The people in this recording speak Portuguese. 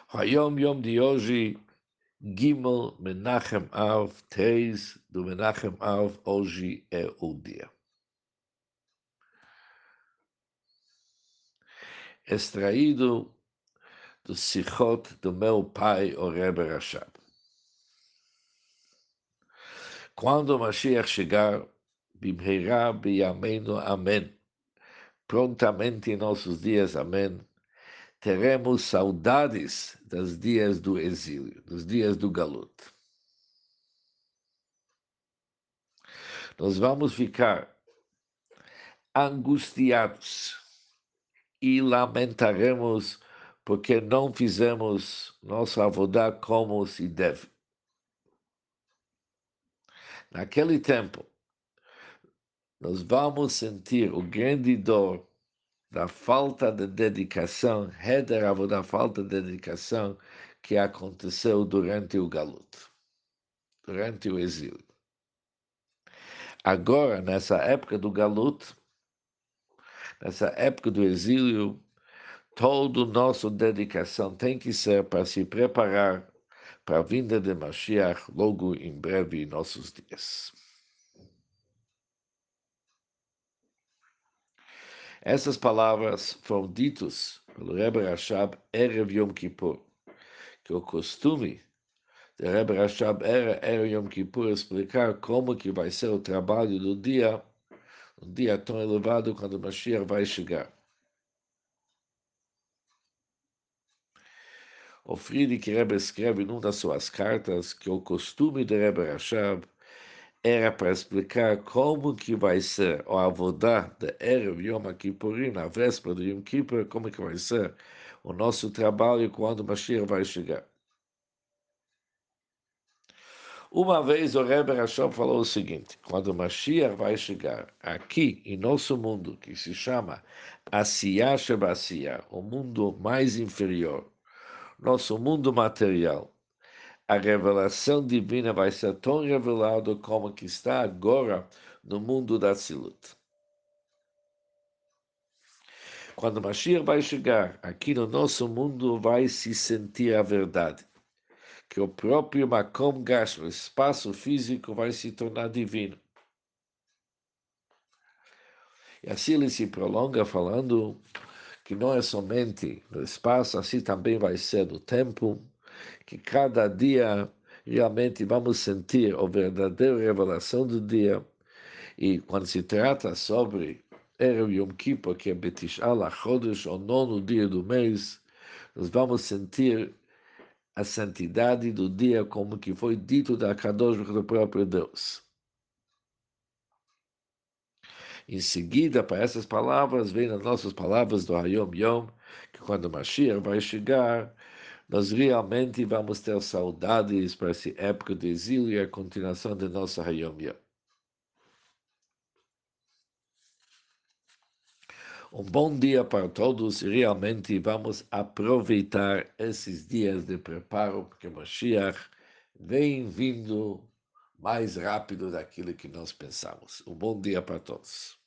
Hayom Yom de hoje, Gimel Menachem Av, 3 do Menachem Av, hoje é o dia. Extraído do Sichot do meu pai, o Rebbe Rashab. Quando o Mashiach chegar, Bimheirá Biyamenu, amém. Prontamente em nossos dias, amém. Teremos saudades dos dias do exílio, dos dias do galut. Nós vamos ficar angustiados e lamentaremos porque não fizemos nossa avodá como se deve. Naquele tempo, nós vamos sentir o grande dor da falta de dedicação, da falta de dedicação que aconteceu durante o galuto, durante o exílio. Agora, nessa época do galuto, nessa época do exílio, toda nossa dedicação tem que ser para se preparar para a vinda de Mashiach logo em breve em nossos dias. Essas palavras foram ditas pelo Rebbe Rashab Erev Yom Kippur, que o costume do Rebbe Rashab era Erev Yom Kippur explicar como que vai ser o trabalho do dia, um dia tão elevado quando Mashiach vai chegar. O Friedrich Rebbe escreve numa das suas cartas que o costume do Rebbe Rashab era para explicar como que vai ser a avodá de Erev Yom Kippurim, na véspera do Yom Kippur, como que vai ser o nosso trabalho quando Mashiach vai chegar. Uma vez o Rebbe Rashab falou o seguinte: quando Mashiach vai chegar aqui em nosso mundo, que se chama Asiyah Shebasiyah, o mundo mais inferior, nosso mundo material, a revelação divina vai ser tão revelada como que está agora no mundo da Tzilut. Quando Mashiach vai chegar, aqui no nosso mundo vai se sentir a verdade, que o próprio Makom Gash, o espaço físico, vai se tornar divino. E assim ele se prolonga falando que não é somente no espaço, assim também vai ser no tempo, que cada dia realmente vamos sentir a verdadeira revelação do dia. E quando se trata sobre Erev Yom Kippur, que é Betish'al HaChodesh, o nono dia do mês, nós vamos sentir a santidade do dia como que foi dito da Kadosh do próprio Deus. Em seguida, para essas palavras, vem as nossas palavras do Hayom Yom, que quando Mashiach vai chegar, nós realmente vamos ter saudades para essa época de exílio e a continuação de nosso Hayom Yom. Um bom dia para todos e realmente vamos aproveitar esses dias de preparo, porque Mashiach vem vindo mais rápido daquilo que nós pensamos. Um bom dia para todos.